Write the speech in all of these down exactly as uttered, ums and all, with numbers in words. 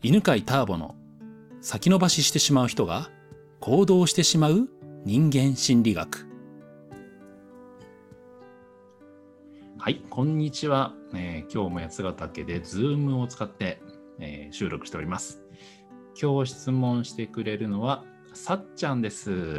犬飼ターボの先延ばししてしまう人が行動してしまう人間心理学。はい、こんにちは、えー、今日も八ヶ岳で Zoom を使って、えー、収録しております。今日質問してくれるのはさっちゃんです。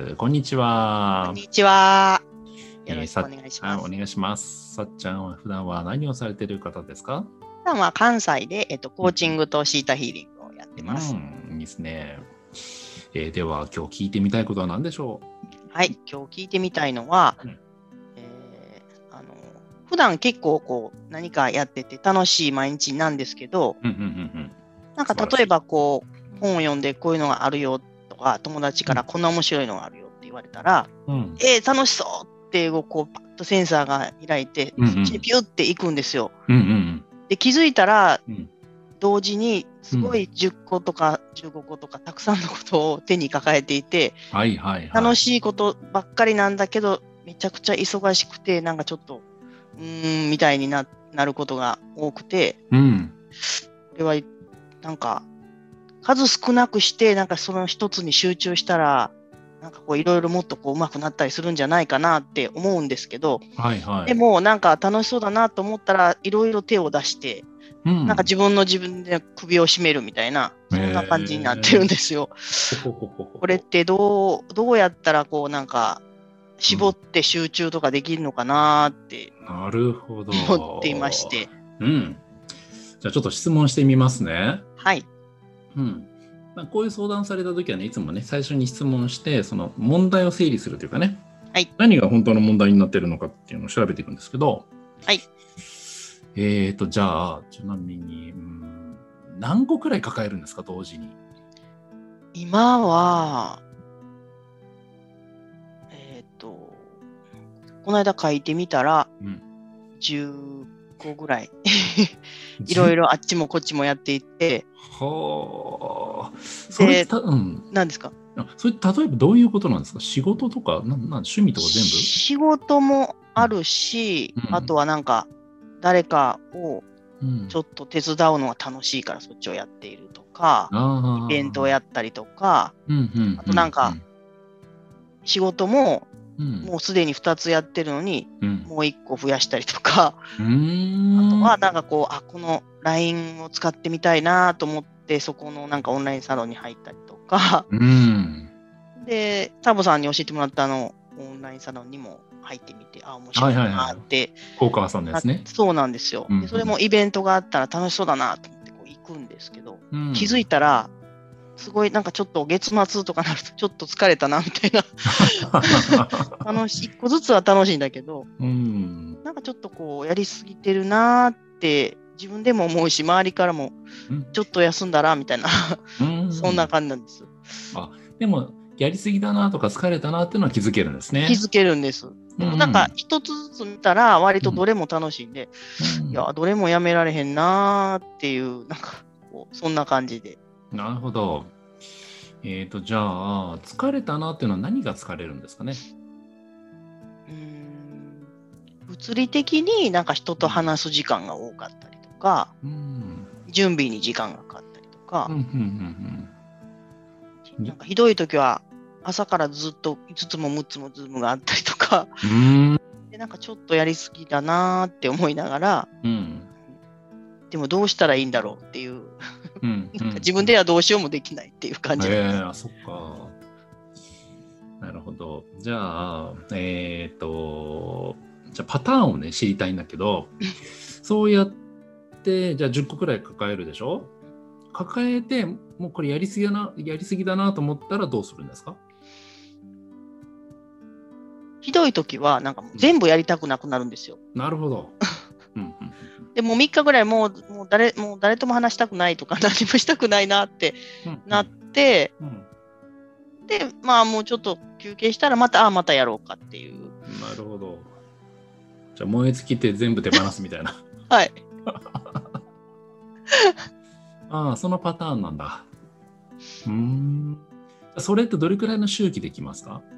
こんにちは。 こんにちは。よろしくお願いします。 えー、お願いします。さっちゃんは普段は何をされている方ですか？ 普段は関西で、えっと、コーチングとシータヒーリングをやってます。 うん、いいですね。えー、では今日聞いてみたいことは何でしょう？はい、今日聞いてみたいのは、うん、えー、あの普段結構こう何かやってて楽しい毎日なんですけど、 うんうんうんうん、 なんか例えばこう本を読んでこういうのがあるよとか、友達からこんな面白いのがあるよって言われたら、うん、えー、楽しそうってこうパッとセンサーが開いて、うんうん、そっちにピュっていくんですよ。うんうん、で気づいたら、うん、同時にすごいじゅっことかじゅうごことかたくさんのことを手に抱えていて、 はいはいはい、 楽しいことばっかりなんだけどめちゃくちゃ忙しくてなんかちょっとうーんみたいに な, なることが多くて、うん、これはなんか数少なくしてなんかその一つに集中したらなんかこういろいろもっとこう上手くなったりするんじゃないかなって思うんですけど、 はいはい、 でもなんか楽しそうだなと思ったらいろいろ手を出して、うん、なんか自分の自分で首を絞めるみたいなそんな感じになってるんですよ。これってどうどうやったらこうなんか絞って集中とかできるのかなって思っていまして、 うん、じゃあちょっと質問してみますね。 はい。 うんまあ、こういう相談されたときはね、いつもね、最初に質問して、その問題を整理するというかね、 はい、 何が本当の問題になっているのかっていうのを調べていくんですけど、 はい。 えーと、じゃあ、ちなみに、うん、何個くらい抱えるんですか、同時に。 今は、えっと、この間書いてみたら、うん、じゅっこぐらい。いろいろあっちもこっちもやっていって。 はあ。それた、うん。 何ですか？ それ例えばどういうことなんですか？仕事とか、なな趣味とか全部？ 仕事もあるし、うん、あとはなんか誰かをちょっと手伝うのが楽しいからそっちをやっているとか、うん、イベントをやったりとか、うんうんうんうん、あとなんか仕事ももうすでにふたつやってるのに、うん、もういっこ増やしたりとか、うん、あとはなんかこうあこの ライン を使ってみたいなと思ってそこのなんかオンラインサロンに入ったりとか、うん、でタボさんに教えてもらったあのオンラインサロンにも入ってみてあ面白いなって、はいはいはい、 大川さんですね。 そうなんですよ、うんうん、でそれもイベントがあったら楽しそうだなと思ってこう行くんですけど、うん、気づいたらすごいなんかちょっと月末とかなるとちょっと疲れたなみたいな楽しい一個ずつは楽しいんだけど、うん、なんかちょっとこうやりすぎてるなって自分でも思うし周りからもちょっと休んだらみたいな、うん、そんな感じなんです。 あでもやりすぎだなとか疲れたなっていうのは気づけるんですね。 気づけるんです。でもなんか一つずつ見たら割とどれも楽しいんで、うん、いやどれもやめられへんなっていうなんかこうそんな感じで。 なるほど。えっとじゃあ疲れたなっていうのは何が疲れるんですかね？ うーん物理的になんか人と話す時間が多かったりとか、うん、準備に時間がかかったりとか、うんうんうんうん、なんかひどい時は朝からずっといつつもむっつもズームがあったりとか、うん、でなんかちょっとやりすぎだなって思いながら、うん、でもどうしたらいいんだろうっていう、うん、なんか自分ではどうしようもできないっていう感じなんです。 えー、あそっか。なるほど。じゃあえっとじゃあパターンをね知りたいんだけどそうやってじゃあじゅっこくらい抱えるでしょ？抱えてもうこれやりすぎだなやりすぎだなと思ったらどうするんですか？ ひどい時はなんかもう全部やりたくなくなるんですよ。 なるほど。 うんうんうん、でもみっかぐらいもう、もう誰もう誰とも話したくないとか何もしたくないなってなって、うんうん、でまあもうちょっと休憩したらまたあまたやろうかっていう。 なるほど。じゃあ燃え尽きて全部手放すみたいな。 はい。 ああそのパターンなんだ。うーん。それってどれくらいの周期できますか？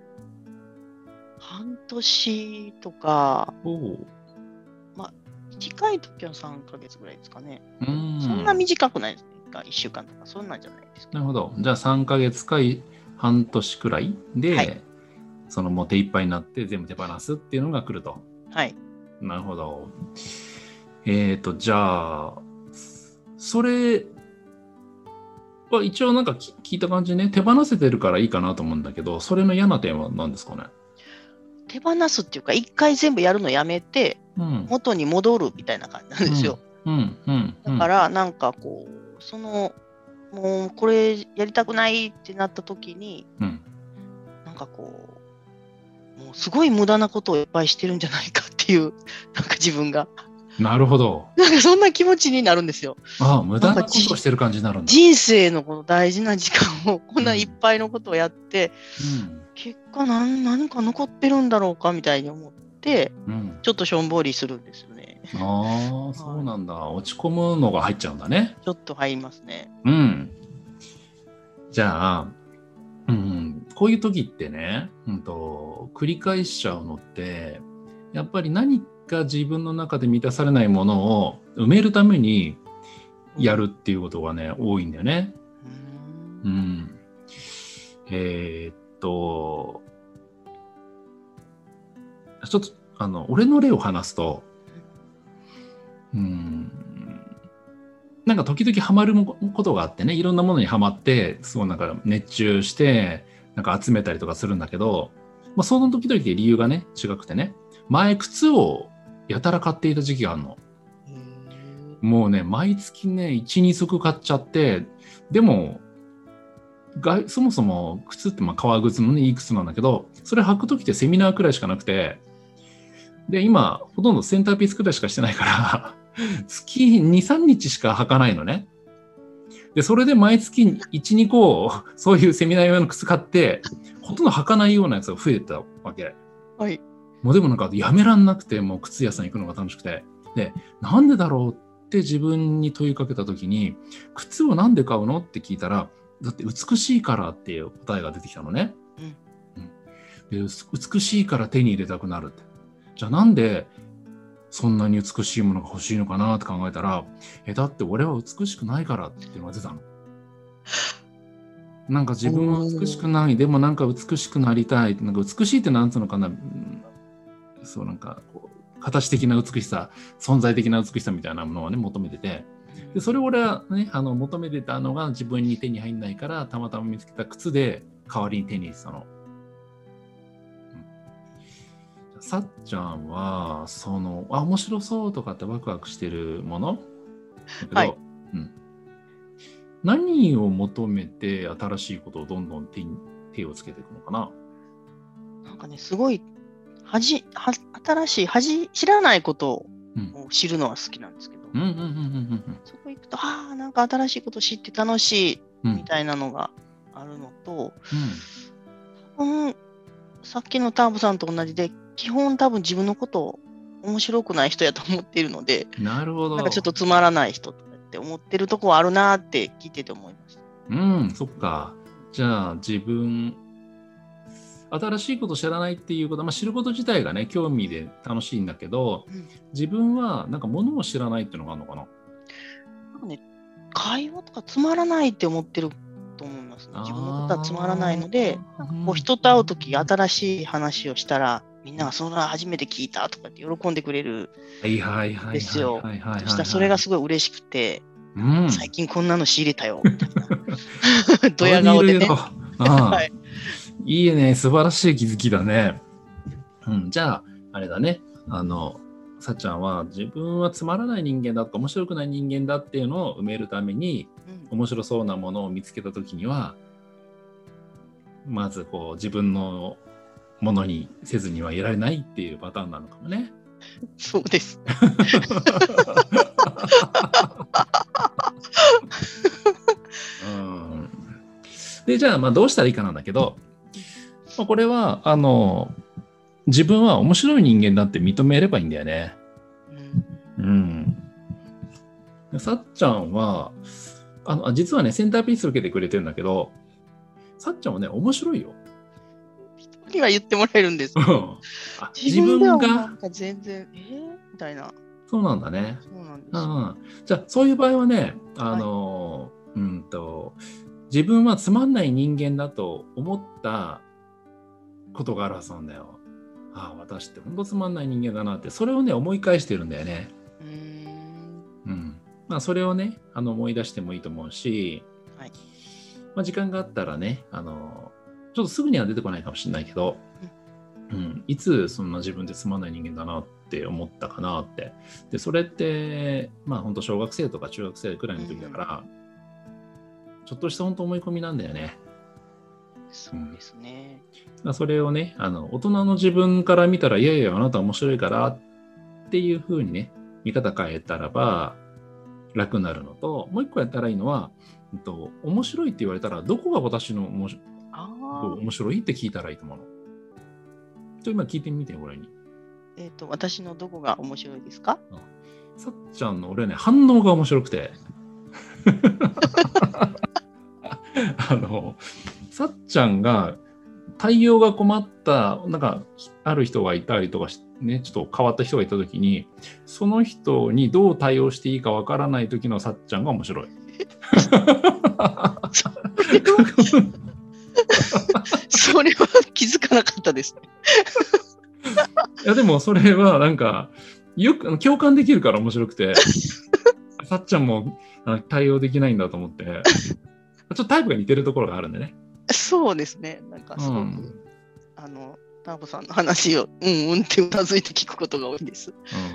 半年とか。おまあ短い時はさんかげつぐらいですかね。うんそんな短くないですね。 かいっしゅうかんとかそんなんじゃないですか。 なるほど。じゃあさんかげつか半年くらいで、はい、そのもう手いっぱいになって全部手放すっていうのが来ると。 はい。 なるほど。えっと、じゃあ、それは一応なんか聞いた感じね、手放せてるからいいかなと思うんだけど、それの嫌な点は何ですかね？ 手放すっていうか、一回全部やるのやめて、うん、元に戻るみたいな感じなんですよ。 うんうんうんうん、 だから、なんかこう、その、もうこれやりたくないってなった時に、うん、なんかこう、もうすごい無駄なことをいっぱいしてるんじゃないかっていう、なんか自分が。 なるほど。 なんかそんな気持ちになるんですよ。 ああ、無駄なことをしてる感じになるんだ。 人生のこの大事な時間をこんないっぱいのことをやって、うん、結果何何か残ってるんだろうかみたいに思って、うん、ちょっとしょんぼりするんですよね。 ああ、そうなんだ。落ち込むのが入っちゃうんだね。 ちょっと入りますね。 うん。じゃあ、うん、こういう時ってね、うんと、繰り返しちゃうのって、やっぱり何か自分の中で満たされないものを埋めるためにやるっていうことがね、多いんだよね。うん。えー、っと、ちょっと、あの、俺の例を話すと、うん、なんか時々ハマることがあってね、いろんなものにハマって、すごいなんか熱中して、なんか集めたりとかするんだけど、まあ、その時々で理由がね、違くてね、前靴をやたら買っていた時期があるの。もうね、毎月ね、いち、に足買っちゃって、でも、がそもそも靴ってまあ革靴のね、いい靴なんだけど、それ履く時ってセミナーくらいしかなくて、で、今、ほとんどセンターピースくらいしかしてないから、月に、さんにちしか履かないのね。で、それで毎月いち、にこ、そういうセミナー用の靴買って、ほとんど履かないようなやつが増えてたわけ。 はい。 もうでもなんかやめらんなくて、もう靴屋さん行くのが楽しくて。で、なんでだろうって自分に問いかけたときに、靴をなんで買うのって聞いたら、だって美しいからっていう答えが出てきたのね。うんうん、で美しいから手に入れたくなるって。じゃあなんでそんなに美しいものが欲しいのかなって考えたら、え、だって俺は美しくないからっていうのが出たの。なんか自分は美しくない、でもなんか美しくなりたい。なんか美しいってなんつうのかな、そうなんかこう形的な美しさ、存在的な美しさみたいなものをね求めてて、でそれを俺はねあの求めてたのが自分に手に入んないから、たまたま見つけた靴で代わりに手に入れてたの。うん、さっちゃんはそのあ面白そうとかってワクワクしてるものだけど、はいうん、何を求めて新しいことをどんどん 手, 手をつけていくのかな。 なんかねすごいはじは新しいはじ知らないことを知るのは好きなんですけど、そこ行くとああなんか新しいこと知って楽しいみたいなのがあるのと、うん、多分さっきのターボさんと同じで基本多分自分のことを面白くない人やと思っているので、 なるほど。 なんかちょっとつまらない人とかって思ってるとこはあるなって聞いてて思いました。 うん、そっか。じゃあ自分新しいことを知らないっていうことは、まあ、知ること自体がね興味で楽しいんだけど、うん、自分はなんか物を知らないっていうのがあるのかな。 なんかね会話とかつまらないって思ってると思いますね。自分のことはつまらないので、なんかこう人と会うとき新しい話をしたらみんながその初めて聞いたとかって喜んでくれるんですよ。そしたらそれがすごい嬉しくて、うん、最近こんなの仕入れたよみたいなドヤ顔でね。 はい、いいね、素晴らしい気づきだね。うん、じゃああれだね、あのさっちゃんは自分はつまらない人間だとか面白くない人間だっていうのを埋めるために、うん、面白そうなものを見つけたときにはまずこう自分のものにせずにはいられないっていうパターンなのかもね。 そうです。 うん、でじゃあまあどうしたらいいかなんだけど、まあ、これはあの自分は面白い人間だって認めればいいんだよね。うん。うん、さっちゃんはあの実はねセンターピース受けてくれてるんだけど、さっちゃんはね面白いよ。 人には言ってもらえるんです。あ自分がなんか全然えー、みたいな。 そうなんだね。そうなんです。うん、じゃあそういう場合はねあの、はいと、自分はつまんない人間だと思ったことがあるはずなんだよ。ああ、私って本当つまんない人間だなって、それをね、思い返してるんだよね。うーん。うん。まあ、それをね、あの思い出してもいいと思うし、はい。まあ、時間があったらね、あの、ちょっとすぐには出てこないかもしれないけど、うん、うん、いつそんな自分ってつまんない人間だなって思ったかなって。で、それって、まあ本当小学生とか中学生くらいの時だから、うん、ちょっとした本当思い込みなんだよね。 そうですね。 うん、それをね、あの大人の自分から見たら、いやいや、あなた面白いからっていう風にね、見方変えたらば楽になるのと、もう一個やったらいいのは、えっと、面白いって言われたら、どこが私の面白い、面白いって聞いたらいいと思うの。ちょっと今聞いてみて、俺に。 えっと、私のどこが面白いですか？ さっちゃんの俺ね、反応が面白くて。あの、さっちゃんが対応が困った、なんか、ある人がいたりとかして、ね、ちょっと変わった人がいたときに、その人にどう対応していいかわからないときのさっちゃんが面白い。 それは気づかなかったですね。 いやでもそれはなんかよく共感できるから面白くて、さっちゃんも対応できないんだと思って、ちょっとタイプが似てるところがあるんでね。 そうですね。なんかすごく、うん、あのターボさんの話をうんうんってうなずいて聞くことが多いです。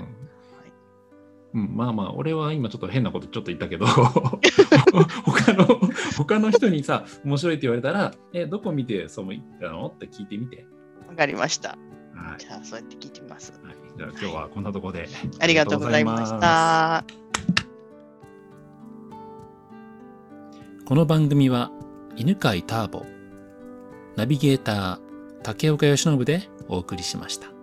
うん、うん、まあまあ俺は今ちょっと変なことちょっと言ったけど他の他の人にさ面白いって言われたら、えどこ見てそう言ったのって聞いてみて。 わかりました。 はい、 じゃあそうやって聞いてみます。 はい、じゃあ今日はこんなところで、はい、 ありがとうございました。 この番組は犬飼ターボ、ナビゲーター竹岡由伸でお送りしました。